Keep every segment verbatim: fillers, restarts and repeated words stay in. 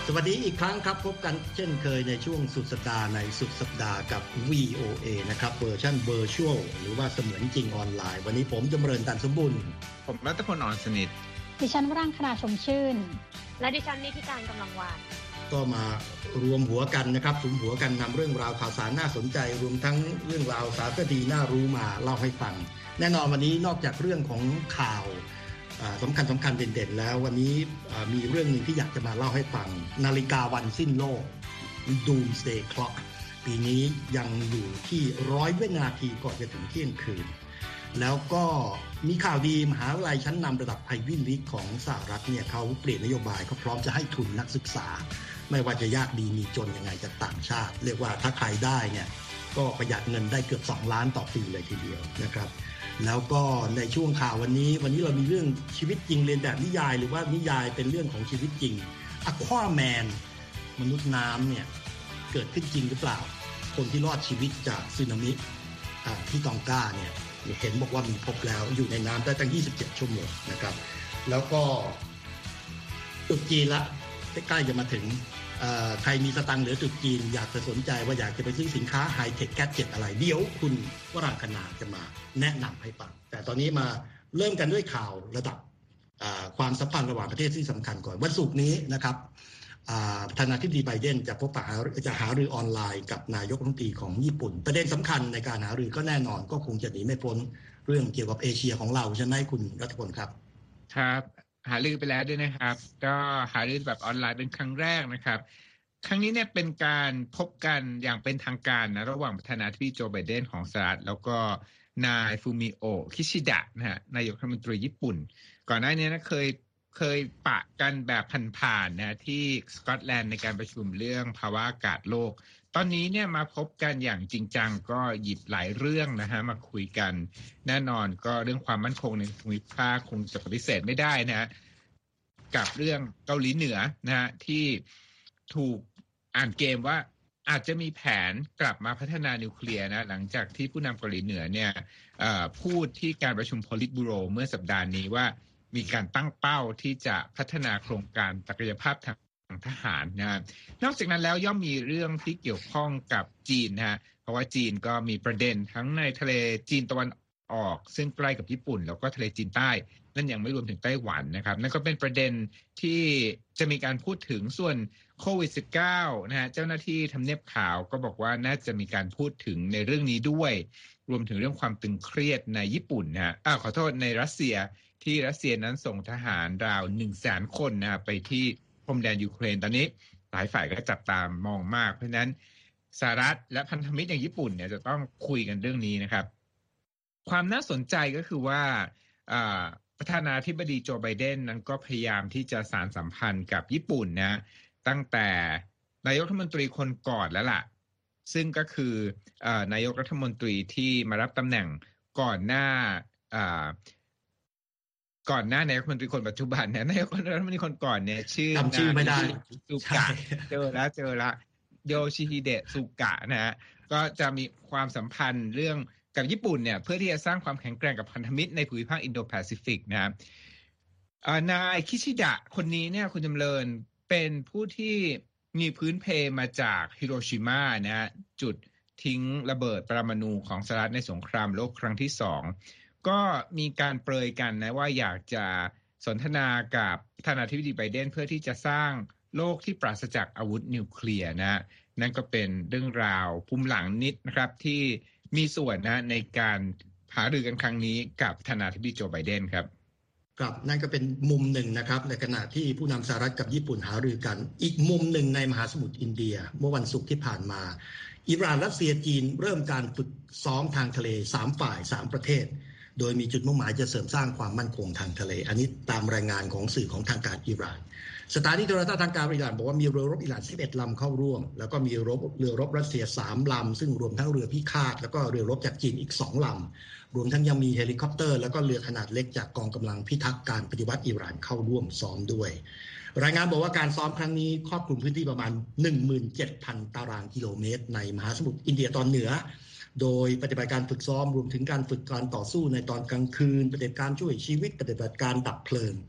สวัสดีอีกครั้งครับพบกันเช่นเคยในช่วงสุดสัปดาห์ในสุดสัปดาห์กับ วี โอ เอ นะครับเวอร์ชัน Virtual หรือว่าเสมือนจริงออนไลน์วันนี้ผมจำเริญตันสมบูรณ์ผมรัตพลอ่อนสนิทดิฉันวรังคณาชมชื่นและดิฉันนิติการกำลังวานก็มารวมหัวกันนะครับสุมหัวกันนำเรื่องราวข่าวสารน่าสนใจรวมทั้งเรื่องราวสารคดีน่ารู้มาเล่าให้ฟังแน่นอนวันนี้นอกจากเรื่องของข่าวสำคัญสำคัญเด่นๆแล้ววันนี้มีเรื่องนึงที่อยากจะมาเล่าให้ฟังนาฬิกาวันสิ้นโลก Doomsday Clock ปีนี้ยังอยู่ที่ร้อยวินาทีก่อนจะถึงเที่ยงคืนแล้วก็มีข่าวดีมหาวิทยาลัยชั้นนำระดับไอวี่ลีกของสหรัฐเนี่ยเขาเปลี่ยนนโยบายเขาพร้อมจะให้ทุนนักศึกษาไม่ว่าจะยากดีมีจนยังไงจากต่างชาติเรียกว่าถ้าใครได้เนี่ยก็ประหยัดเงินได้เกือบสองล้านต่อปีเลยทีเดียวนะครับแล้วก็ในช่วงข่าววันนี้วันนี้เรามีเรื่องชีวิตจริงเรียนแบบนิยายหรือว่านิยายเป็นเรื่องของชีวิตจริง Aquaman มนุษย์น้ำเนี่ยเกิดขึ้นจริงหรือเปล่าคนที่รอดชีวิตจากสึนามิที่ตองกาเนี่ยเห็นบอกว่ามีพบแล้วอยู่ในน้ำได้ตั้งยี่สิบเจ็ดชั่วโมงนะครับแล้วก็ตรุษจีนละใกล้จะมาถึงใครมีสตังค์เหลือตรุษจีนอยากจะสนใจว่าอยากจะไปซื้อสินค้าไฮเทคแกดเจ็ตอะไรเดี๋ยวคุณวรังคณาจะมาแนะนำให้ฟังแต่ตอนนี้มาเริ่มกันด้วยข่าวระดับความสัมพันธ์ระหว่างประเทศที่สำคัญก่อนวันศุกร์นี้นะครับประธานาธิบดีไบเดนจะพบปะจะหารือออนไลน์กับนายกรัฐมนตรีของญี่ปุ่นประเด็นสำคัญในการหารือก็แน่นอนก็คงจะหนีไม่พ้นเรื่องเกี่ยวกับเอเชียของเราใช่ไหมคุณรัฐพลครับครับหารือไปแล้วด้วยนะครับก็หารือแบบออนไลน์เป็นครั้งแรกนะครับครั้งนี้เนี่ยเป็นการพบกันอย่างเป็นทางการนะระหว่างประธานาธิบดีโจไบเดนของสหรัฐแล้วก็นายฟูมิโอะคิชิดะนะฮะนายกรัฐมนตรีญี่ปุ่นก่อนหน้านี้นะเคยเคยปะกันแบบผ่านๆนะที่สกอตแลนด์ในการประชุมเรื่องภาวะอากาศโลกตอนนี้เนี่ยมาพบกันอย่างจริงจังก็หยิบหลายเรื่องนะฮะมาคุยกันแน่นอนก็เรื่องความมั่นคงในภูมิภาคคงจะปฏิเสธไม่ได้นะกับเรื่องเกาหลีเหนือนะฮะที่ถูกอ่านเกมว่าอาจจะมีแผนกลับมาพัฒนานิวเคลียร์นะหลังจากที่ผู้นำเกาหลีเหนือเนี่ยพูดที่การประชุมโพลิตบูโรเมื่อสัปดาห์นี้ว่ามีการตั้งเป้าที่จะพัฒนาโครงการศักยภาพทางทหารนะนอกจากนั้นแล้วย่อมมีเรื่องที่เกี่ยวข้องกับจีนนะฮะเพราะว่าจีนก็มีประเด็นทั้งในทะเลจีนตะวันออกซึ่งใกล้กับญี่ปุ่นแล้วก็ทะเลจีนใต้นั่นยังไม่รวมถึงไต้หวันนะครับนั่นก็เป็นประเด็นที่จะมีการพูดถึงส่วนโควิด สิบเก้า นะฮะเจ้าหน้าที่ทำเนียบขาวก็บอกว่าน่าจะมีการพูดถึงในเรื่องนี้ด้วยรวมถึงเรื่องความตึงเครียดในญี่ปุ่นนะฮะอ้าวขอโทษในรัสเซียที่รัสเซียนั้นส่งทหารราว หนึ่งแสน คนนะไปที่พรมแดนยูเครนตอนนี้หลายฝ่ายก็จับตามองมากเพราะฉะนั้นสหรัฐและพันธมิตรอย่างญี่ปุ่นเนี่ยจะต้องคุยกันเรื่องนี้นะครับความน่าสนใจก็คือว่าประธานาธิบดีโจไบเดนนั้นก็พยายามที่จะสานสัมพันธ์กับญี่ปุ่นนะตั้งแต่นายกรัฐมนตรีคนก่อนแล้วล่ะซึ่งก็คือนายกรัฐมนตรีที่มารับตำแหน่งก่อนหน้าก่อนหน้านายกรัฐมนตรีคนปัจจุบันเนี่ยนายกรัฐมนตรีคนก่อนเนี่ยชื่อจำชื่อไม่ได้สุกะเจอแล้วเจอละโยชิฮิเดะสุกะนะฮะก็จะมีความสัมพันธ์เรื่องกับญี่ปุ่นเนี่ยเพื่อที่จะสร้างความแข็งแกร่งกับพันธมิตรในภูมิภาคอินโดแปซิฟิกนะครับนายคิชิดะคนนี้เนี่ยคุณจำเริญเป็นผู้ที่มีพื้นเพมาจากฮิโรชิมานะฮะจุดทิ้งระเบิดปรมาณูของสหรัฐในสงครามโลกครั้งที่สองก็มีการเปรยกันนะว่าอยากจะสนทนากับประธานาธิบดีไบเดนเพื่อที่จะสร้างโลกที่ปราศจากอาวุธนิวเคลียร์นะนั่นก็เป็นเรื่องราวภูมิหลังนิดนะครับที่มีส่วนนะในการหารือกันครั้งนี้กับประธานาธิบดีโจไบเดนครับครับนั่นก็เป็นมุมหนึ่งนะครับในขณะที่ผู้นำสหรัฐกับญี่ปุ่นหารือกันอีกมุมหนึ่งในมหาสมุทรอินเดียเมื่อวันศุกร์ที่ผ่านมาอิหร่านรัสเซียจีนเริ่มการฝึกซ้อมทางทะเลสามฝ่ายสามประเทศโดยมีจุดมุ่งหมายจะเสริมสร้างความมั่นคงทางทะเลอันนี้ตามรายงานของสื่อของทางการอิหร่านสถานีโทรทัศน์ทางการอิหร่านบอกว่ามีเรือรบอิหร่านสิบเอ็ดลำเข้าร่วมแล้วก็มีรบเรือรบรัสเซียสามลำซึ่งรวมทั้งเรือพิฆาตแล้วก็เรือรบจากจีนอีกสองลำรวมทั้งยังมีเฮลิคอปเตอร์แล้วก็เรือขนาดเล็กจากกองกำลังพิทักษ์การปฏิวัติอิหร่านเข้าร่วมซ้อมด้วยรายงานบอกว่าการซ้อมครั้งนี้ครอบคลุมพื้นที่ประมาณ หนึ่งหมื่นเจ็ดพัน ตารางกิโลเมตรในมหาสมุทรอินเดียตอนเหนือโดยปฏิบัติการฝึกซ้อมรวมถึงการฝึกการต่อสู้ในตอนกลางคืนปฏิบัติการช่วยชีวิตปฏิบัติการดับเพลิง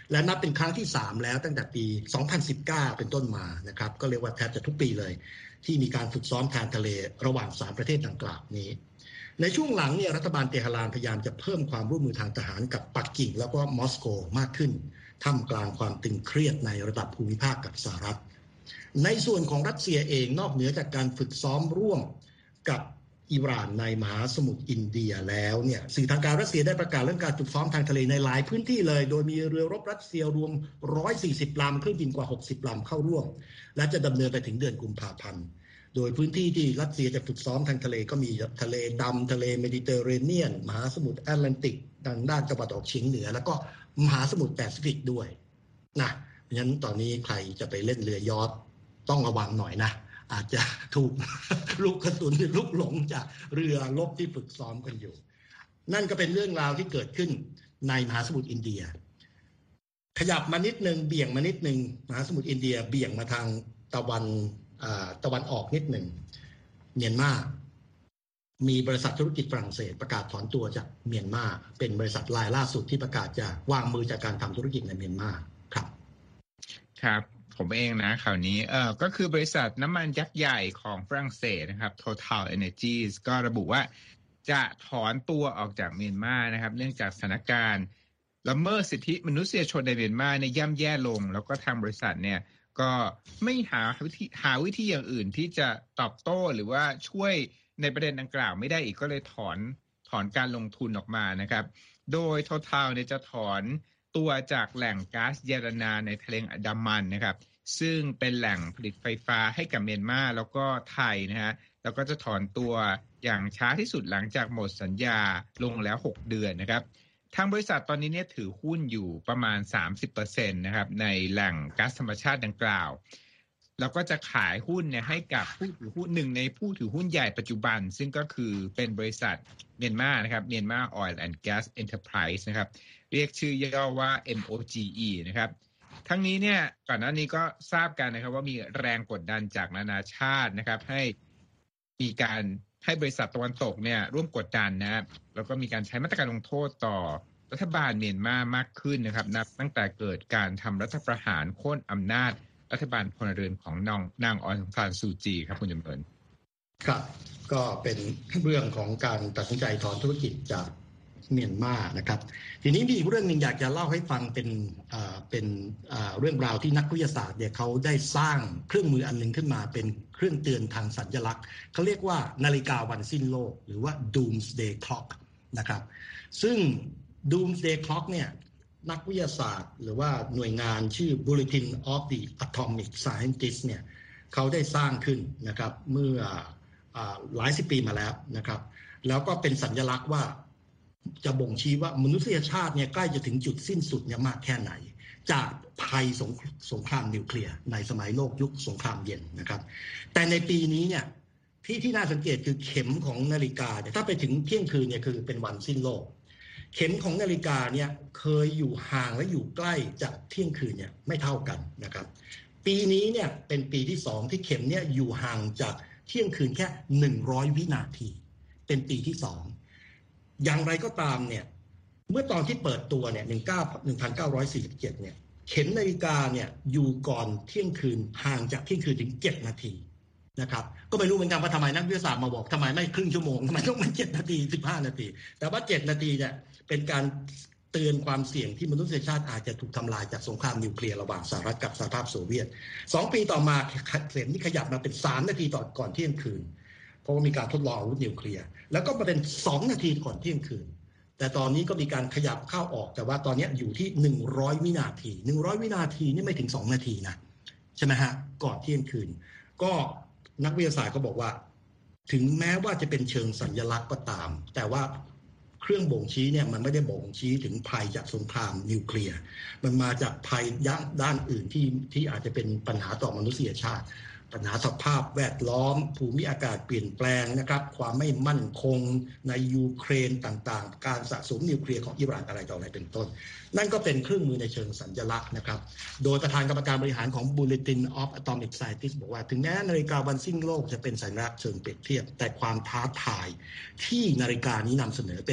และนับเป็นครั้งที่สามแล้วตั้งแต่ปีสองพันสิบเก้าเป็นต้นมานะครับก็เรียกว่าแทบจะทุกปีเลยที่มีการฝึกซ้อมทางทะเลระหว่างสามประเทศดังกล่าวนี้ในช่วงหลังเนี่ยรัฐบาลเตหะรานพยายามจะเพิ่มความร่วมมือทางทหารกับปักกิ่งแล้วก็มอสโกมากขึ้นท่ามกลางความตึงเครียดในระดับภูมิภาคกับสหรัฐในส่วนของรัสเซียเองนอกเหนือจากการฝึกซ้อมร่วมกับอิหร่านในมหาสมุทรอินเดียแล้วเนี่ยสื่อทางการรัสเซียได้ประกาศเรื่องการฝึกซ้อมทางทะเลในหลายพื้นที่เลยโดยมีเรือรบรัสเซียรวมหนึ่งร้อยสี่สิบลำเครื่องบินกว่าหกสิบลำเข้าร่วมและจะดำเนินไปถึงเดือนกุมภาพันธ์โดยพื้นที่ที่รัสเซียจะฝึกซ้อมทางทะเลก็มีทะเลดำทะเลเมดิเตอร์เรเนียนมหาสมุทรแอตแลนติกทางด้านตะวันออกเฉียงเหนือแล้วก็มหาสมุทรแปซิฟิกด้วยนะเพราะฉะนั้นตอนนี้ใครจะไปเล่นเรือยอชท์ต้องระวังหน่อยนะอาจจะถูกลูกกระสุนหรือลูกหลงจากเรือรบที่ฝึกซ้อมกันอยู่นั่นก็เป็นเรื่องราวที่เกิดขึ้นในมหาสมุทรอินเดียขยับมานิดนึงเบี่ยงมานิดนึงมหาสมุทรอินเดียเบี่ยงมาทางตะวันตะวันออกนิดหนึ่งเมียนมามีบริษัทธุรกิจฝรั่งเศสประกาศถอนตัวจากเมียนมาเป็นบริษัทรายล่าสุดที่ประกาศจะวางมือจากการทำธุรกิจในเมียนมาครับครับผมเองนะข่าวนี้เออก็คือบริษัทน้ำมันยักษ์ใหญ่ของฝรั่งเศสนะครับ Total Energies ก็ระบุว่าจะถอนตัวออกจากเมียนมานะครับเนื่องจากสถานการณ์ละเมิดสิทธิมนุษยชนในเมียนมาเนี่ยย่ำแย่ลงแล้วก็ทางบริษัทเนี่ยก็ไม่หาวิธีหาวิธีอย่างอื่นที่จะตอบโต้หรือว่าช่วยในประเด็นดังกล่าวไม่ได้อีกก็เลยถอนถอนการลงทุนออกมานะครับโดย Total เนี่ยจะถอนตัวจากแหล่งก๊าซเยอรนาในทะเลอันดามันนะครับซึ่งเป็นแหล่งผลิตไฟฟ้าให้กับเมียนมาแล้วก็ไทยนะฮะแล้วก็จะถอนตัวอย่างช้าที่สุดหลังจากหมดสัญญาลงแล้วหกเดือนนะครับทางบริษัทตอนนี้เนี่ยถือหุ้นอยู่ประมาณ สามสิบเปอร์เซ็นต์ นะครับในแหล่งก๊าซธรรมชาติดังกล่าวแล้วก็จะขายหุ้นเนี่ยให้กับผู้ถือหุ้นหนึ่งในผู้ถือหุ้นใหญ่ปัจจุบันซึ่งก็คือเป็นบริษัทเมียนมานะครับ Myanmar Oil and Gas Enterprise นะครับเรียกชื่อย่อว่า เอ็ม โอ จี อี นะครับทั้งนี้เนี่ยก่อนหน้านี้ก็ทราบกันนะครับว่ามีแรงกดดันจากนานาชาตินะครับให้มีการให้บริษัทตะวันตกเนี่ยร่วมกดดันนะแล้วก็มีการใช้มาตรการลงโทษต่อรัฐบาลเมียนมามากขึ้นนะครับนับตั้งแต่เกิดการทำรัฐประหารโค่นอำนาจรัฐบาลพลเรือนของนางนางอองซานซูจีครับคุณจำเริญครับก็เป็นเรื่องของการตัดสินใจถอนธุรกิจจากเมียนมานะครับทีนี้มีอีกเรื่องนึงอยากจะเล่าให้ฟังเป็นอ่าเป็นอ่าเรื่องราวที่นักวิทยาศาสตร์เนี่ยเขาได้สร้างเครื่องมืออันนึงขึ้นมาเป็นเครื่องเตือนทางสัญลักษณ์เขาเรียกว่านาฬิกาวันสิ้นโลกหรือว่า Doomsday Clock นะครับซึ่ง Doomsday Clock เนี่ยนักวิทยาศาสตร์หรือว่าหน่วยงานชื่อ Bulletin of the Atomic Scientists เนี่ยเขาได้สร้างขึ้นนะครับเมื่ออ่าหลายสิบปีมาแล้วนะครับแล้วก็เป็นสัญลักษณ์ว่าจะบ่งชี้ว่ามนุษยชาติเนี่ยใกล้จะถึงจุดสิ้นสุดเนี่ยมากแค่ไหนจากภัยสงสงครามนิวเคลียร์ในสมัยโลกยุคสงครามเย็นนะครับแต่ในปีนี้เนี่ยที่ที่น่าสังเกตคือเข็มของนาฬิกาเนี่ยถ้าไปถึงเที่ยงคืนเนี่ยคือเป็นวันสิ้นโลกเข็มของนาฬิกาเนี่ยเคยอยู่ห่างและอยู่ใกล้จากเที่ยงคืนเนี่ยไม่เท่ากันนะครับปีนี้เนี่ยเป็นปีที่สองที่เข็มเนี่ยอยู่ห่างจากเที่ยงคืนแค่หนึ่งร้อยวินาทีเป็นปีที่สองอย่างไรก็ตามเนี่ยเมื่อตอนที่เปิดตัวเนี่ยหนึ่งพันเก้าร้อยสี่สิบเจ็ดเนี่ยเข็มนาฬิกาเนี่ยอยู่ก่อนเที่ยงคืนห่างจากเที่ยงคืนถึงเจ็ดนาทีนะครับก็ไม่รู้เหมือนกันว่าทำไมนักวิทยาศาสตร์มาบอกทำไมไม่ครึ่งชั่วโมงทำไมต้องเป็นเจ็ดนาทีสิบห้านาทีแต่ว่าเจ็ดนาทีเนี่ยเป็นการเตือนความเสี่ยงที่มนุษยชาติอาจจะถูกทำลายจากสงครามนิวเคลียร์ระหว่างสหรัฐกับสหภาพโซเวียตสองปีต่อมาเข็มนี่ขยับมาเป็นสามนาทีต่อก่อนเที่ยงคืนเพราะว่ามีการทดลองอาวุธนิวเคลียร์แล้วก็มาเป็นสองนาทีก่อนเที่ยงคืนแต่ตอนนี้ก็มีการขยับเข้าออกแต่ว่าตอนนี้อยู่ที่หนึ่งร้อยวินาทีหนึ่งร้อยวินาทีนี่ไม่ถึงสองนาทีนะใช่ไหมฮะก่อนเที่ยงคืนก็นักวิทยาศาสตร์ก็บอกว่าถึงแม้ว่าจะเป็นเชิงสัญลักษณ์ก็ตามแต่ว่าเครื่องบ่งชี้เนี่ยมันไม่ได้บ่งชี้ถึงภัยจากสงครามนิวเคลียร์มันมาจากภัยด้านอื่นที่ที่อาจจะเป็นปัญหาต่อมนุษยชาติปัญหาสภาพแวดล้อมภูมิอากาศเปลี่ยนแปลงนะครับความไม่มั่นคงในยูเครนต่างๆการสะสมนิวเคลียร์ของอิหร่านอะไรต่ออะไรเป็นต้นนั่นก็เป็นเครื่องมือในเชิงสัญลักษณ์นะครับโดยประธานกรรมการบริหารของ Bulletin of Atomic Scientists บอกว่าถึงแม้นาฬิกาวันสิ้นโลกจะเป็นสัญลักษณ์เชิงเปรียบเทียบแต่ความท้าทายที่นาฬิกานี้นำเสนอเป็น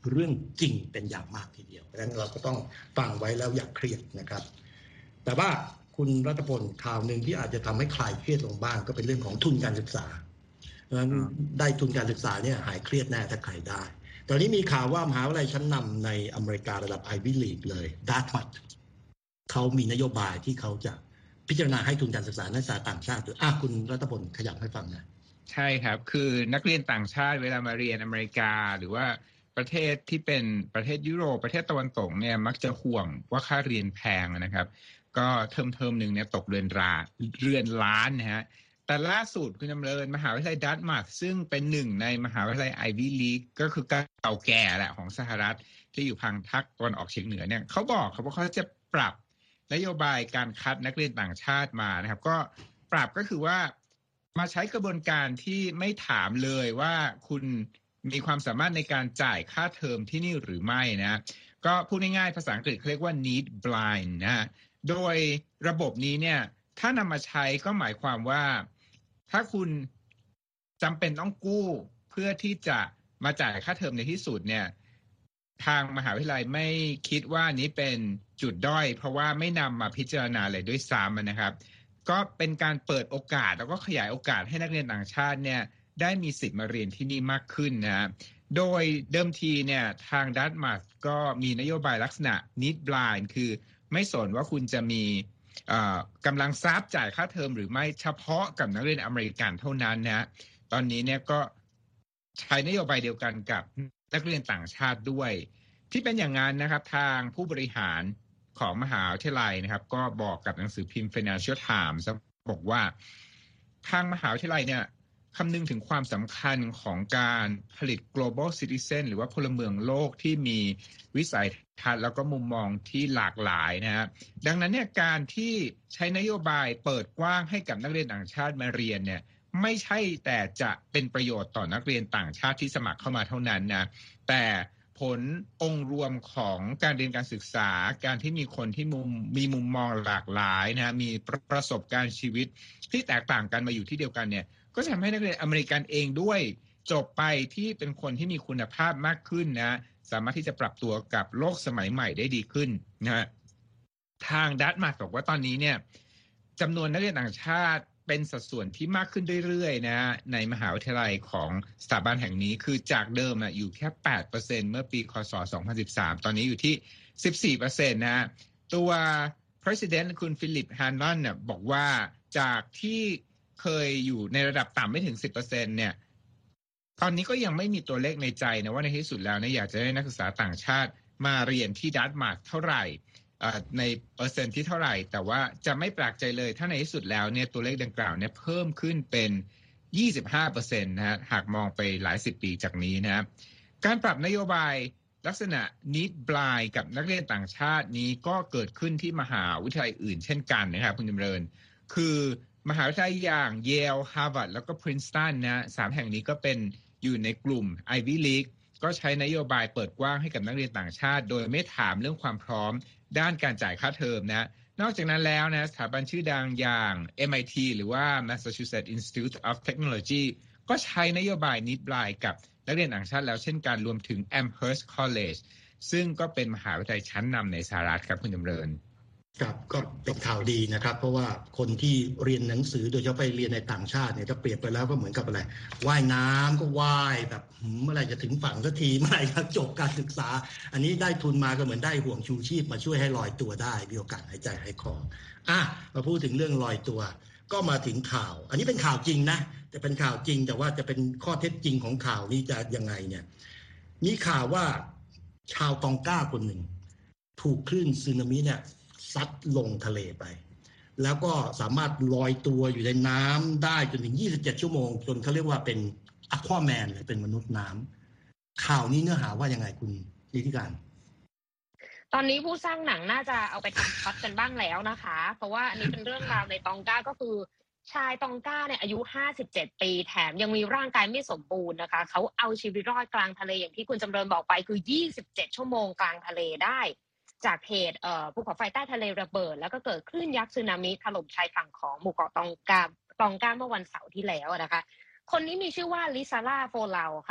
เรื่องจริงเป็นอย่างมากทีเดียวเพราะฉะนั้นเราก็ต้องฟังไว้แล้วอย่าเครียดนะครับแต่ว่าคุณรัตพลข่าวหนึ่งที่อาจจะทำให้คลายเครียดลงบ้างก็เป็นเรื่องของทุนการศึกษาเพราะฉะนั้นได้ทุนการศึกษาเนี่ยหายเครียดแน่ถ้าใครได้ตอนนี้มีข่าวว่ามหาวิทยาลัยชั้นนำในอเมริการะดับ Ivy League เลยดาร์ทมัธเขามีนโยบายที่เขาจะพิจารณาให้ทุนการศึกษานักศึกษาต่างชาติด้วยอ่ะคุณรัตพลขยับให้ฟังนะใช่ครับคือนักเรียนต่างชาติเวลามาเรียนอเมริกาหรือว่าประเทศที่เป็นประเทศยุโรปประเทศตะวันตกเนี่ยมักจะห่วงว่าค่าเรียนแพงนะครับก็เทอมเทอมหนึ่งเนี่ยตกเรือนราเรือนล้านนะฮะแต่ล่าสุดคุณจำเริญมหาวิทยาลัยดัตมัธซึ่งเป็นหนึ่งในมหาวิทยาลัยไอวี่ลีกก็คือเก่าแก่แหละของสหรัฐที่อยู่ทางภาคตะวันออกเฉียงเหนือเนี่ยเขาบอกครับว่าเขาจะปรับนโยบายการคัดนักเรียนต่างชาติมานะครับก็ปรับก็คือว่ามาใช้กระบวนการที่ไม่ถามเลยว่าคุณมีความสามารถในการจ่ายค่าเทอมที่นี่หรือไม่นะก็พูดง่ายๆภาษาอังกฤษเรียกว่า need blind นะโดยระบบนี้เนี่ยถ้านำมาใช้ก็หมายความว่าถ้าคุณจำเป็นต้องกู้เพื่อที่จะมาจ่ายค่าเทอมในที่สุดเนี่ยทางมหาวิทยาลัยไม่คิดว่านี้เป็นจุดด้อยเพราะว่าไม่นำมาพิจารณาเลยด้วยซ้ำนะครับก็เป็นการเปิดโอกาสแล้วก็ขยายโอกาสให้นักเรียนต่างชาติเนี่ยได้มีสิทธิ์มาเรียนที่นี่มากขึ้นนะโดยเดิมทีเนี่ยทางดัตมัธก็มีนโยบายลักษณะ need blind คือไม่สนว่าคุณจะมีกำลังทรัพย์จ่ายค่าเทอมหรือไม่เฉพาะกับนักเรียนอเมริกันเท่านั้นนะตอนนี้เนี่ยก็ใช้นโยบายเดียวกันกับนักเรียนต่างชาติด้วยที่เป็นอย่างนั้นนะครับทางผู้บริหารของมหาวิทยาลัยนะครับก็บอกกับหนังสือพิมพ์ Financial Times บอกว่าทางมหาวิทยาลัยเนี่ยคำนึงถึงความสำคัญของการผลิต global citizen หรือว่าพลเมืองโลกที่มีวิสัยทัศน์แล้วก็มุมมองที่หลากหลายนะฮะดังนั้นเนี่ยการที่ใช้นโยบายเปิดกว้างให้กับนักเรียนต่างชาติมาเรียนเนี่ยไม่ใช่แต่จะเป็นประโยชน์ต่อนักเรียนต่างชาติที่สมัครเข้ามาเท่านั้นนะแต่ผลองค์รวมของการเรียนการศึกษาการที่มีคนที่มุมมีมุมมองหลากหลายนะมีประสบการณ์ชีวิตที่แตกต่างกันมาอยู่ที่เดียวกันเนี่ยก็จะทำให้นักเรียนอเมริกันเองด้วยจบไปที่เป็นคนที่มีคุณภาพมากขึ้นนะสามารถที่จะปรับตัวกับโลกสมัยใหม่ได้ดีขึ้นนะทางดัตมัธบอกว่าตอนนี้เนี่ยจำนวนนักเรียนต่างชาติเป็นสัดส่วนที่มากขึ้นเรื่อยๆนะในมหาวิทยาลัยของสถาบันแห่งนี้คือจากเดิมอ่ะอยู่แค่ แปดเปอร์เซ็นต์ เมื่อปีคศสองพันสิบสามตอนนี้อยู่ที่ สิบสี่เปอร์เซ็นต์ นะตัว President คุณฟิลิปแฮนนอนเนี่ยบอกว่าจากที่เคยอยู่ในระดับต่ำไม่ถึง สิบเปอร์เซ็นต์ เนี่ยตอนนี้ก็ยังไม่มีตัวเลขในใจนะว่าในที่สุดแล้วเนี่ยอยากจะให้นักศึกษาต่างชาติมาเรียนที่ดัตมัธเท่าไหร่ในเปอร์เซ็นต์ที่เท่าไหร่แต่ว่าจะไม่แปลกใจเลยถ้าในที่สุดแล้วเนี่ยตัวเลขดังกล่าวเนี่ยเพิ่มขึ้นเป็น ยี่สิบห้าเปอร์เซ็นต์ นะฮะหากมองไปหลายสิบปีจากนี้นะครับการปรับนโยบายลักษณะ need blind กับนักเรียนต่างชาตินี้ก็เกิดขึ้นที่มหาวิทยาลัยอื่นเช่นกันนะครับคุณจำเริญคือมหาวิทยาลัยอย่าง Yale Harvard แล้วก็ Princeton นะสามแห่งนี้ก็เป็นอยู่ในกลุ่ม Ivy League ก็ใช้นโยบายเปิดกว้างให้กับนักเรียนต่างชาติโดยไม่ถามเรื่องความพร้อมด้านการจ่ายค่าเทอมนะนอกจากนั้นแล้วนะสถาบันชื่อดังอย่าง เอ็ม ไอ ที หรือว่า Massachusetts Institute of Technology ก็ใช้นโยบาย need blind กับนักเรียนต่างชาติแล้วเช่นกันรวมถึง Amherst College ซึ่งก็เป็นมหาวิทยาลัยชั้นนำในสหรัฐครับคุณจำเริญครับก็เป็นข่าวดีนะครับเพราะว่าคนที่เรียนหนังสือโดยเฉพาะไปเรียนในต่างชาติเนี่ยถ้าเปรียบไปแล้วก็เหมือนกับอะไรว่ายน้ำก็ว่ายแบบเมื่อไหร่จะถึงฝั่งสักทีเมื่อไหร่จะจบการศึกษาอันนี้ได้ทุนมาก็เหมือนได้ห่วงชูชีพมาช่วยให้ลอยตัวได้มีโอกาสหายใจหายคออ่ะมาพูดถึงเรื่องลอยตัวก็มาถึงข่าวอันนี้เป็นข่าวจริงนะแต่เป็นข่าวจริงแต่ว่าจะเป็นข้อเท็จจริงของข่าวนี้จะยังไงเนี่ยมีข่าวว่าชาวตองกาคนหนึ่งถูกคลื่นสึนามิเนี่ยซัดลงทะเลไปแล้วก็สามารถลอยตัวอยู่ในน้ำได้จนถึงยี่สิบเจ็ดชั่วโมงจนเขาเรียกว่าเป็นอควาแมนเลยเป็นมนุษย์น้ำข่าวนี้เนื้อหาว่ายังไงคุณนิติการตอนนี้ผู้สร้างหนังน่าจะเอาไปทำพล็อตกันบ้างแล้วนะคะเพราะว่าอันนี้เป็นเรื่องราวในตองกาก็คือชายตองกาเนี่ยอายุห้าสิบเจ็ดปีแถมยังมีร่างกายไม่สมบูรณ์นะคะเขาเอาชีวิตรอดกลางทะเลอย่างที่คุณจำเริญบอกไปคือยี่สิบเจ็ดชั่วโมงกลางทะเลได้จากเหตุภูเขาไฟใต้ทะเลระเบิดแล้วก็เกิดคลื่นยักษ์สึนามิถล่มชายฝั่งของหมู่เกาะตองกาตองกาเมื่อวันเสาร์ที่แล้วนะคะคนนี้มีชื่อว่าลิซาร่าโฟลาวค่ะ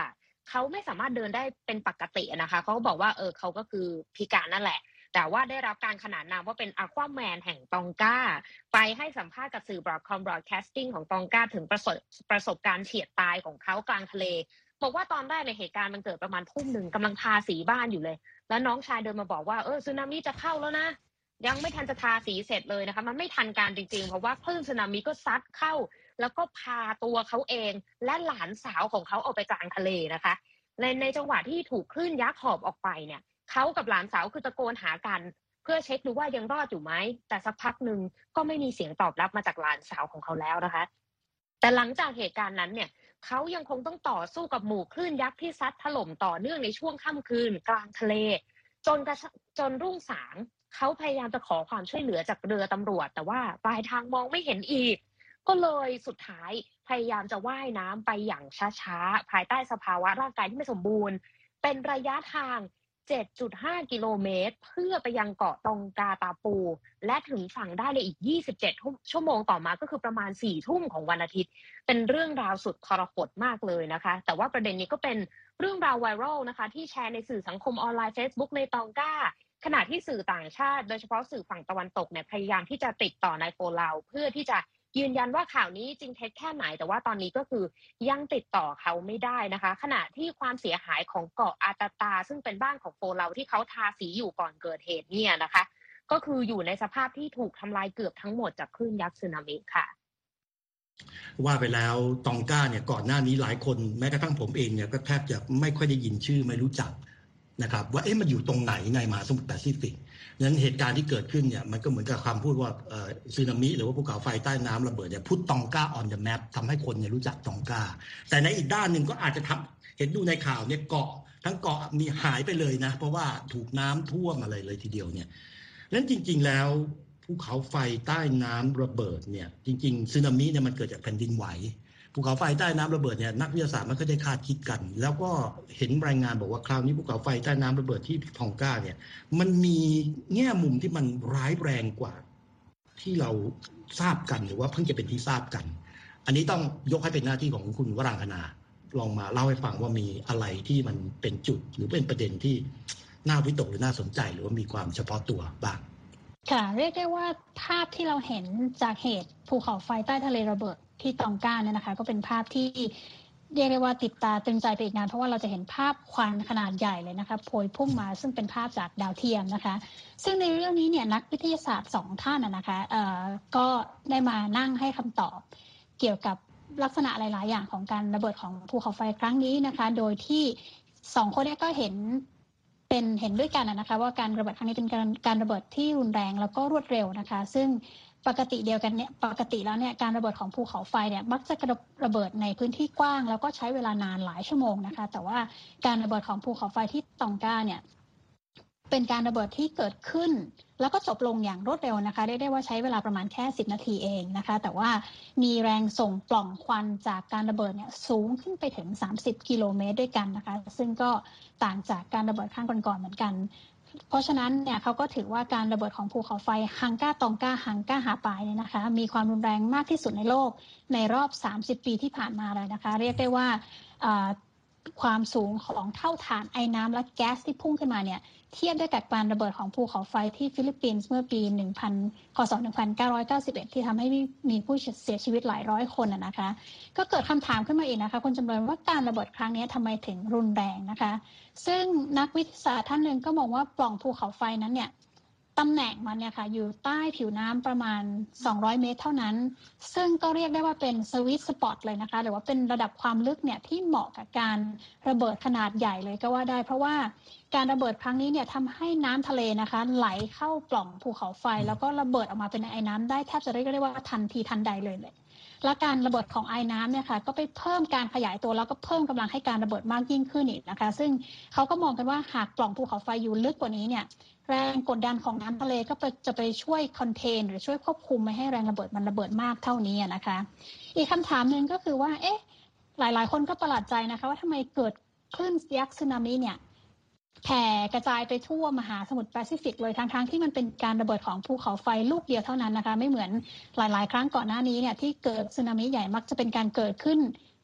เขาไม่สามารถเดินได้เป็นปกตินะคะเขาก็บอกว่าเออเขาก็คือพิการนั่นแหละแต่ว่าได้รับการขนานนามว่าเป็น Aquaman แห่งตองกาไปให้สัมภาษณ์กับสื่อบรอดคอมบรอดแคสติ้งของตองกาถึงประสบประสบการณ์เฉียดตายของเขากลางทะเลบอกว่าตอนแรกในเหตุการณ์มันเกิดประมาณทุ่มหนึ่งกำลังทาสีบ้านอยู่เลยแล้วน้องชายเดินมาบอกว่าเออสึนามิจะเข้าแล้วนะยังไม่ทันจะทาสีเสร็จเลยนะคะมันไม่ทันการจริงๆเพราะว่าคลื่นสึนามิก็ซัดเข้าแล้วก็พาตัวเขาเองและหลานสาวของเขาออกไปกลางทะเลนะคะในในจังหวะที่ถูกคลื่นยักษ์หอบออกไปเนี่ยเขากับหลานสาวคือตะโกนหากันเพื่อเช็คดูว่ายังรอดอยู่ไหมแต่สักพักหนึ่งก็ไม่มีเสียงตอบรับมาจากหลานสาวของเขาแล้วนะคะแต่หลังจากเหตุการณ์นั้นเนี่ยเขายังคงต้องต่อสู้กับหมู่คลื่นยักษ์ที่ซัดถล่มต่อเนื่องในช่วงค่ำคืนกลางทะเลจนกระจนรุ่งสางเขาพยายามจะขอความช่วยเหลือจากเรือตำรวจแต่ว่าปลายทางมองไม่เห็นอีกก็เลยสุดท้ายพยายามจะว่ายน้ำไปอย่างช้าๆภายใต้สภาวะร่างกายที่ไม่สมบูรณ์เป็นระยะทาง เจ็ดจุดห้า กิโลเมตรเพื่อไปยังเกาะตองกาตาปูและถึงฝั่งได้ในอีกยี่สิบเจ็ดชั่วโมงต่อมาก็คือประมาณสี่ทุ่มของวันอาทิตย์เป็นเรื่องราวสุดทรหดมากเลยนะคะแต่ว่าประเด็นนี้ก็เป็นเรื่องราวไวรัลนะคะที่แชร์ในสื่อสังคมออนไลน์ Facebook ในตองกาขณะที่สื่อต่างชาติโดยเฉพาะสื่อฝั่งตะวันตกเนี่ยพยายามที่จะติดต่อนายโฟลาวเพื่อที่จะยืนยันว่าข่าวนี้จริงเท็จแค่ไหนแต่ว่าตอนนี้ก็คือยังติดต่อเขาไม่ได้นะคะขณะที่ความเสียหายของเกาะอาตาตาซึ่งเป็นบ้านของโฟลาวที่เขาทาสีอยู่ก่อนเกิดเหตุเนี่ยนะคะก็คืออยู่ในสภาพที่ถูกทำลายเกือบทั้งหมดจากคลื่นยักษ์สึนามิค่ะว่าไปแล้วตองกาเนี่ยก่อนหน้านี้หลายคนแม้กระทั่งผมเองเนี่ยก็แทบจะไม่ค่อยได้ยินชื่อไม่รู้จักนะครับว่าเอ๊ะมันอยู่ตรงไหนในมหาสมุทรแปซิฟิกนั้นเหตุการณ์ที่เกิดขึ้นเนี่ยมันก็เหมือนกับคำพูดว่าสึนามิหรือว่าภูเขาไฟใต้น้ำระเบิดเนี่ยพุทตองกา on the map ทำให้คนเนี่ยรู้จักตองกาแต่ในอีกด้านหนึ่งก็อาจจะทำเห็นดูในข่าวเนี่ยเกาะทั้งเกาะมีหายไปเลยนะเพราะว่าถูกน้ำท่วมอะไรเลยทีเดียวเนี่ยนั้นจริงๆแล้วภูเขาไฟใต้น้ำระเบิดเนี่ยจริงๆสึนามิเนี่ยมันเกิดจากแผ่นดินไหวภูเขาไฟใต้น้ำระเบิดเนี่ยนักวิทยาศาสตร์ไม่ค่อยได้คาดคิดกันแล้วก็เห็นรายงานบอกว่าคราวนี้ภูเขาไฟใต้น้ำระเบิดที่ทองกาเนี่ยมันมีแง่มุมที่มันร้ายแรงกว่าที่เราทราบกันหรือว่าเพิ่งจะเป็นที่ทราบกันอันนี้ต้องยกให้เป็นหน้าที่ของคุณวรางคณาลองมาเล่าให้ฟังว่ามีอะไรที่มันเป็นจุดหรือเป็นประเด็นที่น่าวิตกหรือน่าสนใจหรือว่ามีความเฉพาะตัวบ้างค่ะเรียกได้ว่าภาพที่เราเห็นจากเหตุภูเขาไฟใต้ทะเลระเบิดที่ตองกาเนี่ยนะคะก็เป็นภาพที่เรียกได้ว่าติดตาตึงใจไปอีกนานเพราะว่าเราจะเห็นภาพควันขนาดใหญ่เลยนะคะโพยพุ่งมาซึ่งเป็นภาพจากดาวเทียมนะคะซึ่งในเรื่องนี้เนี่ยนักวิทยาศาสตร์สองท่านนะคะเอ่อก็ได้มานั่งให้คำตอบเกี่ยวกับลักษณะหลายๆอย่างของการระเบิดของภูเขาไฟครั้งนี้นะคะโดยที่สองคนนี้ก็เห็นเป็นเห็นด้วยกันนะคะว่าการระเบิดครั้งนี้เป็นการการระเบิดที่รุนแรงแล้วก็รวดเร็วนะคะซึ่งปกติเดียวกันเนี่ยปกติแล้วเนี่ยการระเบิดของภูเขาไฟเนี่ยมักจะระเบิดในพื้นที่กว้างแล้วก็ใช้เวลานานหลายชั่วโมงนะคะแต่ว่าการระเบิดของภูเขาไฟที่ตองกาเนี่ยเป็นการระเบิดที่เกิดขึ้นแล้วก็จบลงอย่างรวดเร็วนะคะได้ได้ว่าใช้เวลาประมาณแค่สิบนาทีเองนะคะแต่ว่ามีแรงส่งปล่องควันจากการระเบิดเนี่ยสูงขึ้นไปถึงสามสิบกิโลเมตรด้วยกันนะคะซึ่งก็ต่างจากการระเบิดครั้งก่อนๆเหมือนกันเพราะฉะนั้นเนี่ยเขาก็ถือว่าการระเบิดของภูเขาไฟฮังกาตองกาฮังกาฮาปายเนี่ยนะคะมีความรุนแรงมากที่สุดในโลกในรอบสามสิบปีที่ผ่านมาเลยนะคะเรียกได้ว่าความสูงของเท่าฐานไอน้ำและแก๊สที่พุ่งขึ้นมาเนี่ยเทียบได้กับการระเบิดของภูเขาไฟที่ฟิลิปปินส์เมื่อปีหนึ่งพันคศหนึ่งพันเก้าร้อยเก้าสิบเอ็ดที่ทำให้มีผู้เสียชีวิตหลายร้อยคนนะคะก็เกิดคำถามขึ้นมาอีกนะคะคุณจำเริญว่าการระเบิดครั้งนี้ทำไมถึงรุนแรงนะคะซึ่งนักวิทยาศาสตร์ท่านหนึ่งก็มองว่าปล่องภูเขาไฟนั้นเนี่ยตำแหน่งมันเนี่ยค่ะอยู่ใต้ผิวน้ำประมาณสองร้อยเมตรเท่านั้นซึ่งก็เรียกได้ว่าเป็นสวีทสปอตเลยนะคะหรือว่าเป็นระดับความลึกเนี่ยที่เหมาะกับการระเบิดขนาดใหญ่เลยก็ว่าได้เพราะว่าการระเบิดครั้งนี้เนี่ยทำให้น้ำทะเลนะคะไหลเข้าปล่องภูเขาไฟแล้วก็ระเบิดออกมาเป็นไอน้ำได้แทบจะเรียกได้ว่าทันทีทันใดเลยเลยและการระเบิดของไอน้ำเนี่ยค่ะก็ไปเพิ่มการขยายตัวแล้วก็เพิ่มกำลังให้การระเบิดมากยิ่งขึ้นอีกนะคะซึ่งเขาก็มองกันว่าหากปล่องภูเขาไฟอยู่ลึกกว่านี้เนี่ยแรงกดดันของน้ำทะเลก็จะไปช่วยคอนเทนหรือช่วยควบคุมไม่ให้แรงระเบิดมันระเบิดมากเท่านี้นะคะอีกคำถามหนึ่งก็คือว่าเอ๊ะหลายๆคนก็ประหลาดใจนะคะว่าทำไมเกิดคลื่นยักษ์สึนามิเนี่ยแผ่กระจายไปทั่วมหาสมุทรแปซิฟิกเลยทั้งๆที่มันเป็นการระเบิดของภูเขาไฟลูกเดียวเท่านั้นนะคะไม่เหมือนหลายๆครั้งก่อนหน้านี้เนี่ยที่เกิดสึนามิใหญ่มักจะเป็นการเกิดขึ้น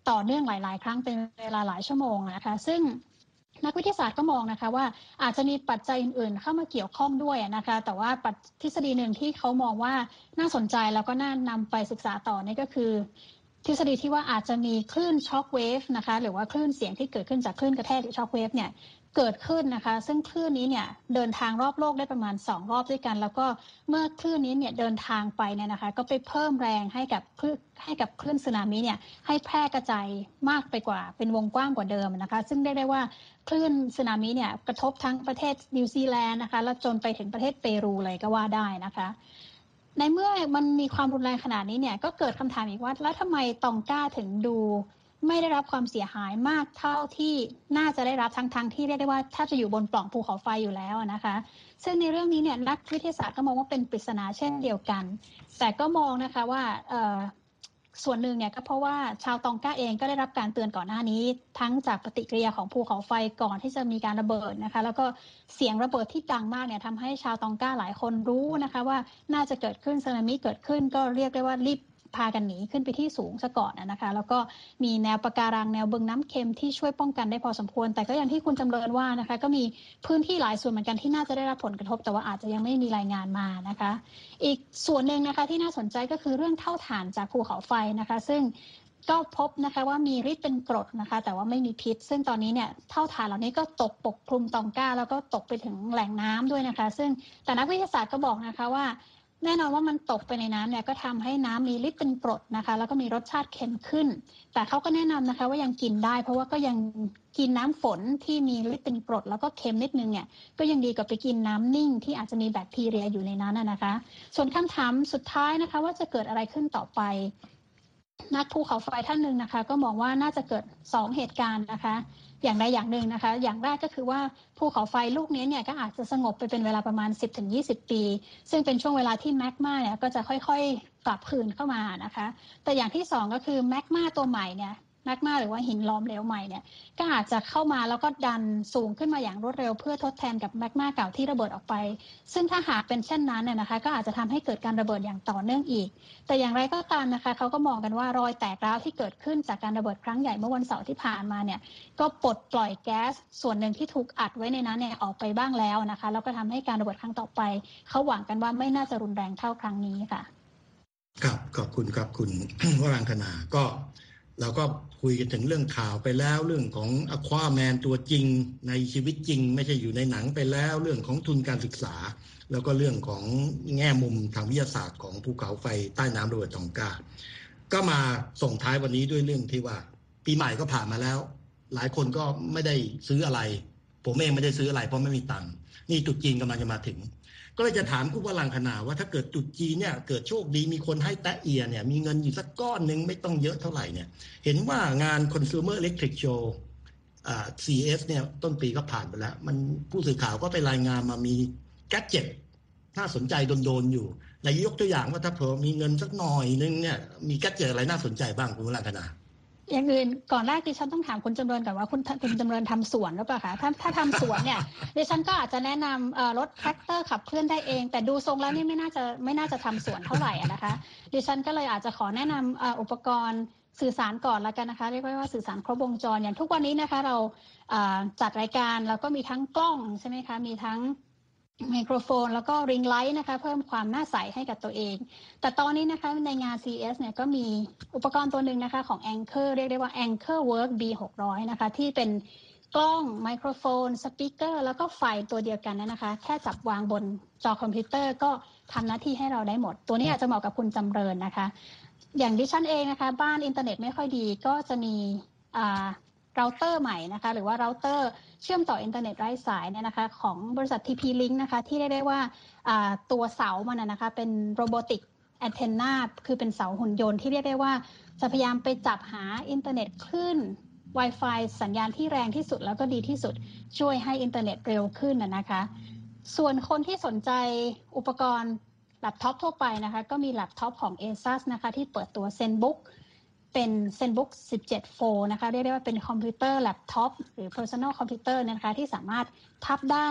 ต่อเนื่องหลายๆครั้งเป็นเวลาหลายชั่วโมงนะคะซึ่งนักวิทยาศาสตร์ก็มองนะคะว่าอาจจะมีปัจจัยอื่นๆเข้ามาเกี่ยวข้องด้วยนะคะแต่ว่าทฤษฎีหนึ่งที่เขามองว่าน่าสนใจแล้วก็น่านำไปศึกษาต่อนี่ก็คือทฤษฎีที่ว่าอาจจะมีคลื่นช็อคเวฟนะคะหรือว่าคลื่นเสียงที่เกิดขึ้นจากคลื่นกระแทกหรือช็อคเวฟเนี่ยเกิดขึ้นนะคะซึ่งคลื่นนี้เนี่ยเดินทางรอบโลกได้ประมาณสองรอบด้วยกันแล้วก็เมื่อคลื่นนี้เนี่ยเดินทางไปเนี่ยนะคะก็ไปเพิ่มแรงให้กับคลื่นให้กับคลื่นสึนามิเนี่ยให้แพร่กระจายมากไปกว่าเป็นวงกว้างกว่าเดิมนะคะซึ่งเรียกได้ว่าคลื่นสึนามิเนี่ยกระทบทั้งประเทศนิวซีแลนด์นะคะแล้วจนไปถึงประเทศเปรูเลยก็ว่าได้นะคะในเมื่อมันมีความรุนแรงขนาดนี้เนี่ยก็เกิดคำถามอีกว่าแล้วทำไมตองก้าถึงดูไม่ได้รับความเสียหายมากเท่าที่น่าจะได้รับทั้งๆ ท, ที่เรียกได้ว่าถ้าจะอยู่บนปล่องภูเขาไฟอยู่แล้วนะคะซึ่งในเรื่องนี้เนี่ยนักวิทยาศาสตร์ก็มองว่าเป็นปริศนาเช่นเดียวกันแต่ก็มองนะคะว่าส่วนหนึ่งเนี่ยก็เพราะว่าชาวตองก้าเองก็ได้รับการเตือนก่อนหน้านี้ทั้งจากปฏิกิริยาของภูเขาไฟก่อนที่จะมีการระเบิดนะคะแล้วก็เสียงระเบิดที่ดังมากเนี่ยทำให้ชาวตองก้าหลายคนรู้นะคะว่าน่าจะเกิดขึ้นสึนามิเกิดขึ้นก็เรียกได้ว่ารีบพากันหนีขึ้นไปที่สูงซะก่อนนะคะแล้วก็มีแนวปะการังแนวบึงน้ำเค็มที่ช่วยป้องกันได้พอสมควรแต่ก็อย่างที่คุณจำเริญว่านะคะก็มีพื้นที่หลายส่วนเหมือนกันที่น่าจะได้รับผลกระทบแต่ว่าอาจจะยังไม่มีรายงานมานะคะอีกส่วนหนึ่งนะคะที่น่าสนใจก็คือเรื่องเท่าฐานจากภูเขาไฟนะคะซึ่งก็พบนะคะว่ามีฤทธิ์เป็นกรดนะคะแต่ว่าไม่มีพิษซึ่งตอนนี้เนี่ยเท่าฐานเหล่านี้ก็ตกปกคลุมตองก้าแล้วก็ตกไปถึงแหล่งน้ำด้วยนะคะซึ่งแต่นักวิทยาศาสตร์ก็บอกนะคะว่าแน่นอนว่ามันตกไปในน้ำเนี่ยก็ทำให้น้ำมีฤทธิ์เป็นกรดนะคะแล้วก็มีรสชาติเค็มขึ้นแต่เขาก็แนะนำนะคะว่ายังกินได้เพราะว่าก็ยังกินน้ำฝนที่มีฤทธิ์เป็นกรดแล้วก็เค็มนิดนึงเนี่ยก็ยังดีกว่าไปกินน้ำนิ่งที่อาจจะมีแบคทีเรียอยู่ในนั้นนะคะส่วนคำถามสุดท้ายนะคะว่าจะเกิดอะไรขึ้นต่อไปนักภูเขาไฟท่านหนึ่งนะคะก็มองว่าน่าจะเกิดสองเหตุการณ์นะคะอย่างใดอย่างหนึ่งนะคะอย่างแรกก็คือว่าภูเขาไฟลูกนี้เนี่ยก็อาจจะสงบไปเป็นเวลาประมาณ สิบถึงยี่สิบ ปีซึ่งเป็นช่วงเวลาที่แมกมาเนี่ยก็จะค่อยๆกลับคืนเข้ามานะคะแต่อย่างที่สองก็คือแมกมาตัวใหม่เนี่ยแมกมาหรือว่าหินล้อมเหลวใหม่เนี่ยก็อาจจะเข้ามาแล้วก็ดันสูงขึ้นมาอย่างรวดเร็วเพื่อทดแทนกับแมกมาเก่าที่ระเบิดออกไปซึ่งถ้าหากเป็นเช่นนั้นเนี่ยนะคะก็อาจจะทำให้เกิดการระเบิดอย่างต่อเนื่องอีกแต่อย่างไรก็ตามนะคะเขาก็มองกันว่ารอยแตกร้าวที่เกิดขึ้นจากการระเบิดครั้งใหญ่เมื่อวันเสาร์ที่ผ่านมาเนี่ยก็ปลดปล่อยแก๊สส่วนหนึ่งที่ถูกอัดไว้ในนั้นเนี่ยออกไปบ้างแล้วนะคะแล้วก็ทำให้การระเบิดครั้งต่อไปเขาหวังกันว่าไม่น่าจะรุนแรงเท่าครั้งนี้ค่ะครับขอบคุณครับคุณ วรังคณาก็เราก็คุยกันถึงเรื่องข่าวไปแล้วเรื่องของอควาแมนตัวจริงในชีวิตจริงไม่ใช่อยู่ในหนังไปแล้วเรื่องของทุนการศึกษาแล้วก็เรื่องของแง่มุมทางวิทยาศาสตร์ของภูเขาไฟใต้น้ำระเบิดตองกาก็มาส่งท้ายวันนี้ด้วยเรื่องที่ว่าปีใหม่ก็ผ่านมาแล้วหลายคนก็ไม่ได้ซื้ออะไรผมเองไม่ได้ซื้ออะไรเพราะไม่มีตังค์นี่ตรุษจีนกำลังจะมาถึงก็เลยจะถามคุณวรังคณาว่าถ้าเกิดตรุษจีนเนี่ยเกิดโชคดีมีคนให้แตะเอียเนี่ยมีเงินอยู่สักก้อนนึงไม่ต้องเยอะเท่าไหร่เนี่ยเห็นว่างาน Consumer Electric Show อ่า ซี เอส เนี่ยต้นปีก็ผ่านไปแล้วมันผู้สื่อข่าวก็ไปรายงานมามีแกดเจ็ตน่าสนใจโดนๆอยู่ในยกตัวอย่างว่าถ้าเผื่อมีเงินสักหน่อยนึงเนี่ยมีแกดเจ็ตอะไรน่าสนใจบ้างคุณวรังคณาอย่างอื่นก่อนแรกดิฉันต้องถามคุณจำเริญก่อนว่าคุณคุณจำเริญทำสวนหรือเปล่าคะถ้าถ้าทำสวนเนี่ยดิฉันก็อาจจะแนะนำรถแทรกเตอร์ขับเคลื่อนได้เองแต่ดูทรงแล้วนี่ไม่น่าจะไม่น่าจะทำสวนเท่าไหร่นะคะดิฉันก็เลยอาจจะขอแนะนำอุปกรณ์สื่อสารก่อนละกันนะคะเรียกว่าสื่อสารครบวงจรอย่างทุกวันนี้นะคะเราจัดรายการแล้วก็มีทั้งกล้องใช่ไหมคะมีทั้งไมโครโฟนแล้วก็ริงไลท์นะคะเพิ่มความน่าใสให้กับตัวเองแต่ตอนนี้นะคะในงาน ซี เอส เนี่ยก็มีอุปกรณ์ตัวหนึ่งนะคะของ Anker เรียกได้ว่า Anker Work บี หกร้อย นะคะที่เป็นกล้องไมโครโฟนสปีกเกอร์แล้วก็ไฟตัวเดียวกันนะคะแค่จับวางบนจอคอมพิวเตอร์ก็ทำหน้าที่ให้เราได้หมดตัวนี้อาจจะเหมาะกับคุณจำเริญนะคะอย่างดิฉันเองนะคะบ้านอินเทอร์เน็ตไม่ค่อยดีก็จะมีอ่าเราเตอร์ใหม่นะคะหรือว่าเราเตอร์เชื่อมต่ออินเทอร์เน็ตไร้สายเนี่ยนะคะของบริษัท ที พี Link นะคะที่เรียกได้ว่าตัวเสามันนะคะเป็นโรบอติกแอนเทนนาคือเป็นเสาหุ่นยนต์ที่เรียกได้ว่าจะพยายามไปจับหาอินเทอร์เน็ตคลื่น Wi-Fi สัญญาณที่แรงที่สุดแล้วก็ดีที่สุดช่วยให้อินเทอร์เน็ตเร็วขึ้นนะคะส่วนคนที่สนใจอุปกรณ์แล็ปท็อปทั่วไปนะคะก็มีแล็ปท็อปของ Asus นะคะที่เปิดตัว ZenBookเป็น ZenBook สิบเจ็ด โฟลด์ นะคะเรียกได้ว่าเป็นคอมพิวเตอร์แล็ปท็อปหรือ Personal Computer นะคะที่สามารถพับได้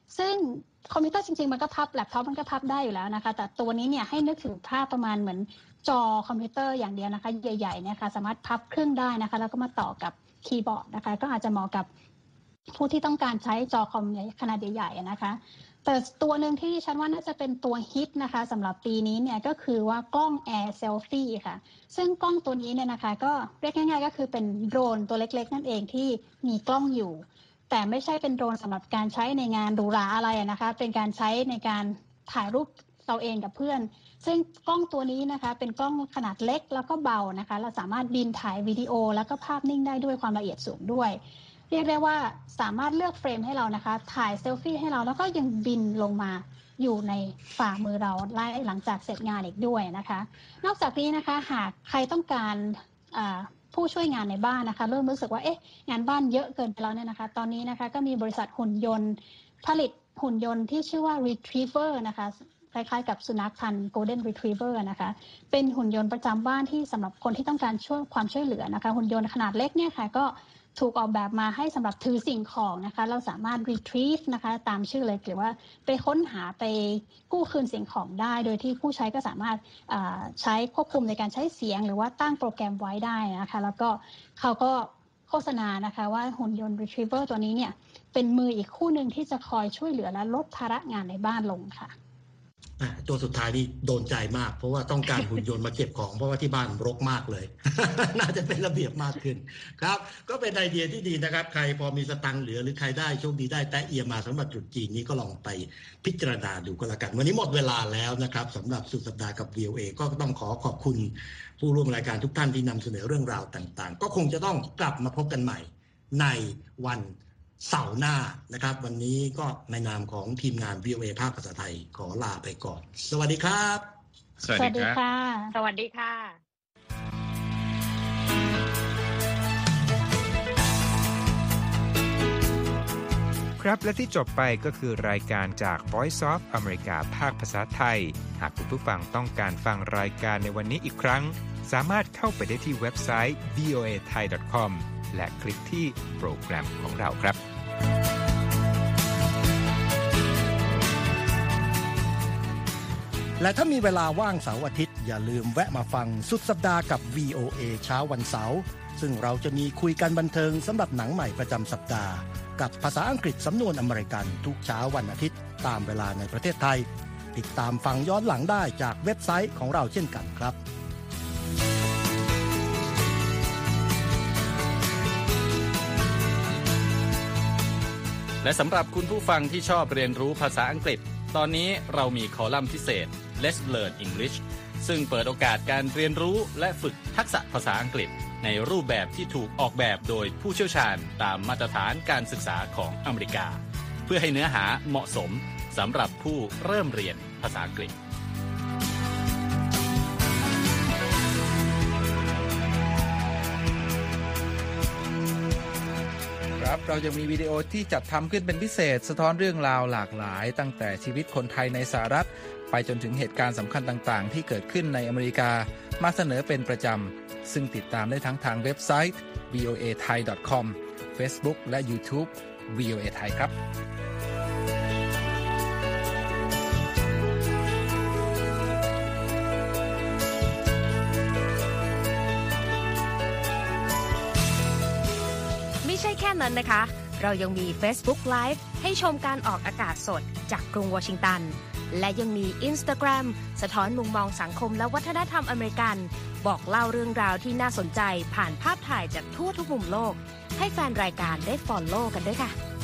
ซึ่งคอมพิวเตอร์จริงๆมันก็พับแล็ปท็อปมันก็พับได้อยู่แล้วนะคะแต่ตัวนี้เนี่ยให้นึกถึงภาพประมาณเหมือนจอคอมพิวเตอร์อย่างเดียวนะคะใหญ่ๆเนี่ยค่ะสามารถพับครึ่งได้นะคะแล้วก็มาต่อกับคีย์บอร์ดนะคะก็อาจจะเหมาะกับผู้ที่ต้องการใช้จอคอมขนาดใหญ่ๆนะคะแต่ตัวหนึ่งที่ฉันว่าน่าจะเป็นตัวฮิตนะคะสำหรับปีนี้เนี่ยก็คือว่ากล้อง Air Selfie ค่ะซึ่งกล้องตัวนี้เนี่ยนะคะก็เรียกง่ายๆก็คือเป็นโดรนตัวเล็กๆนั่นเองที่มีกล้องอยู่แต่ไม่ใช่เป็นโดรนสำหรับการใช้ในงานหรูหราอะไรนะคะเป็นการใช้ในการถ่ายรูปเราเองกับเพื่อนซึ่งกล้องตัวนี้นะคะเป็นกล้องขนาดเล็กแล้วก็เบานะคะเราสามารถบินถ่ายวิดีโอแล้วก็ภาพนิ่งได้ด้วยความละเอียดสูงด้วยเรียกได้ว่าสามารถเลือกเฟรมให้เรานะคะถ่ายเซลฟี่ให้เราแล้วก็ยังบินลงมาอยู่ในฝ่ามือเราไล่หลังจากเสร็จงานอีกด้วยนะคะนอกจากนี้นะคะหากใครต้องการผู้ช่วยงานในบ้านนะคะเริ่มรู้สึกว่าเอ๊ะงานบ้านเยอะเกินไปแล้วเนี่ยนะคะตอนนี้นะคะก็มีบริษัทหุ่นยนต์ผลิตหุ่นยนต์ที่ชื่อว่า Retriever นะคะคล้ายๆกับสุนัขพันธุ์ Golden Retriever นะคะเป็นหุ่นยนต์ประจำบ้านที่สำหรับคนที่ต้องการช่วยความช่วยเหลือนะคะหุ่นยนต์ขนาดเล็กเนี่ยค่ะก็ถูกออกแบบมาให้สำหรับถือสิ่งของนะคะเราสามารถ retrieve นะคะตามชื่อเลยหรือว่าไปค้นหาไปกู้คืนสิ่งของได้โดยที่ผู้ใช้ก็สามารถใช้ควบคุมในการใช้เสียงหรือว่าตั้งโปรแกรมไว้ได้นะคะแล้วก็เขาก็โฆษณานะคะว่าหุ่นยนต์ retriever ตัวนี้เนี่ยเป็นมืออีกคู่หนึ่งที่จะคอยช่วยเหลือและลดภาระงานในบ้านลงค่ะตัวสุดท้ายนี่โดนใจมากเพราะว่าต้องการหุ่นยนต์มาเก็บของเพราะว่าที่บ้านรกมากเลย น่าจะเป็นระเบียบมากขึ้นครับก็เป็นไอเดียที่ดีนะครับใครพอมีสตังค์เหลือหรือใครได้โชคดีได้แตะเอียมาสำหรับจุดจีนนี้ก็ลองไปพิจารณาดูก็แล้วกันวันนี้หมดเวลาแล้วนะครับสำหรับสุดสัปดาห์กับ วี โอ เอ ก็ต้องขอขอบคุณผู้ร่วมรายการทุกท่านที่นำเสนอเรื่องราวต่างๆก็คงจะต้องกลับมาพบกันใหม่ในวันเสาร์หน้านะครับวันนี้ก็ในนามของทีมงาน วี โอ เอ ภาคภาษาไทยขอลาไปก่อนสวัสดีครับสวัสดีค่ะสวัสดีค่ะครับและที่จบไปก็คือรายการจาก Voice of America ภาคภาษาไทยหากคุณผู้ฟังต้องการฟังรายการในวันนี้อีกครั้งสามารถเข้าไปได้ที่เว็บไซต์ วี โอ เอ ไทย ดอท คอม และคลิกที่โปรแกรมของเราครับและถ้ามีเวลาว่างเสาร์อาทิตย์อย่าลืมแวะมาฟังสุดสัปดาห์กับ วี โอ เอ เช้าวันเสาร์ซึ่งเราจะมีคุยกันบันเทิงสำหรับหนังใหม่ประจำสัปดาห์กับภาษาอังกฤษสำนวนอเมริกันทุกเช้าวันอาทิตย์ตามเวลาในประเทศไทยติดตามฟังย้อนหลังได้จากเว็บไซต์ของเราเช่นกันครับและสำหรับคุณผู้ฟังที่ชอบเรียนรู้ภาษาอังกฤษตอนนี้เรามีคอลัมน์พิเศษ Let's Learn English ซึ่งเปิดโอกาสการเรียนรู้และฝึกทักษะภาษาอังกฤษในรูปแบบที่ถูกออกแบบโดยผู้เชี่ยวชาญตามมาตรฐานการศึกษาของอเมริกาเพื่อให้เนื้อหาเหมาะสมสำหรับผู้เริ่มเรียนภาษาอังกฤษครับเรายังมีวิดีโอที่จัดทำขึ้นเป็นพิเศษสะท้อนเรื่องราวหลากหลายตั้งแต่ชีวิตคนไทยในสหรัฐไปจนถึงเหตุการณ์สำคัญต่างๆที่เกิดขึ้นในอเมริกามาเสนอเป็นประจำซึ่งติดตามได้ทั้งทางเว็บไซต์ วี โอ เอ ไทย ดอท คอม Facebook และ YouTube วี โอ เอ ไทยครับไม่ใช่แค่นั้นนะคะเรายังมี Facebook Live ให้ชมการออกอากาศสดจากกรุงวอชิงตันและยังมี Instagram สะท้อนมุมมองสังคมและวัฒนธรรมอเมริกันบอกเล่าเรื่องราวที่น่าสนใจผ่านภาพถ่ายจากทั่วทุกมุมโลกให้แฟนรายการได้ follow กันด้วยค่ะ